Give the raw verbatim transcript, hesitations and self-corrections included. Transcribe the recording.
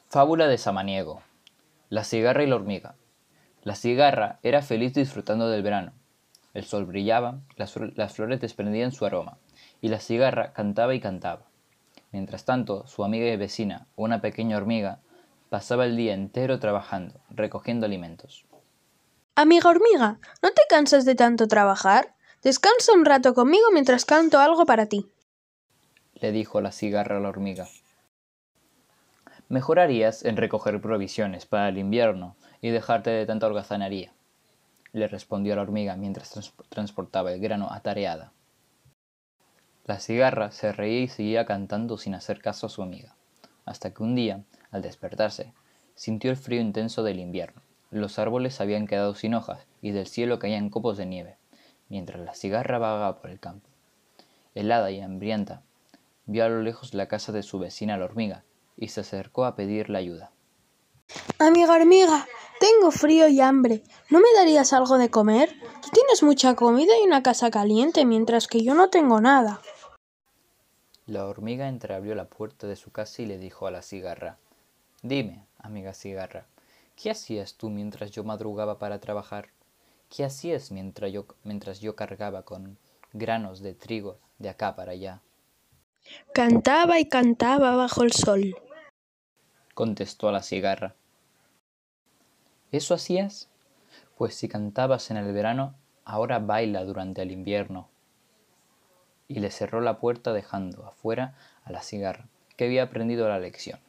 Fábula de Samaniego. La cigarra y la hormiga. La cigarra era feliz disfrutando del verano. El sol brillaba, las, las flores desprendían su aroma, y la cigarra cantaba y cantaba. Mientras tanto, su amiga y vecina, una pequeña hormiga, pasaba el día entero trabajando, recogiendo alimentos. Amiga hormiga, ¿no te cansas de tanto trabajar? Descansa un rato conmigo mientras canto algo para ti, le dijo la cigarra a la hormiga. Mejorarías en recoger provisiones para el invierno y dejarte de tanta holgazanería, le respondió la hormiga mientras trans transportaba el grano atareada. La cigarra se reía y seguía cantando sin hacer caso a su amiga, hasta que un día, al despertarse, sintió el frío intenso del invierno. Los árboles habían quedado sin hojas y del cielo caían copos de nieve, mientras la cigarra vagaba por el campo. Helada y hambrienta, vio a lo lejos la casa de su vecina la hormiga y se acercó a pedirle ayuda. Amiga hormiga, tengo frío y hambre. ¿No me darías algo de comer? Tú tienes mucha comida y una casa caliente, mientras que yo no tengo nada. La hormiga entreabrió la puerta de su casa y le dijo a la cigarra: Dime, amiga cigarra, ¿qué hacías tú mientras yo madrugaba para trabajar? ¿Qué hacías mientras yo, mientras yo cargaba con granos de trigo de acá para allá? Cantaba y cantaba bajo el sol, contestó la cigarra. ¿Eso hacías? Pues si cantabas en el verano, ahora baila durante el invierno. Y le cerró la puerta dejando afuera a la cigarra, que había aprendido la lección.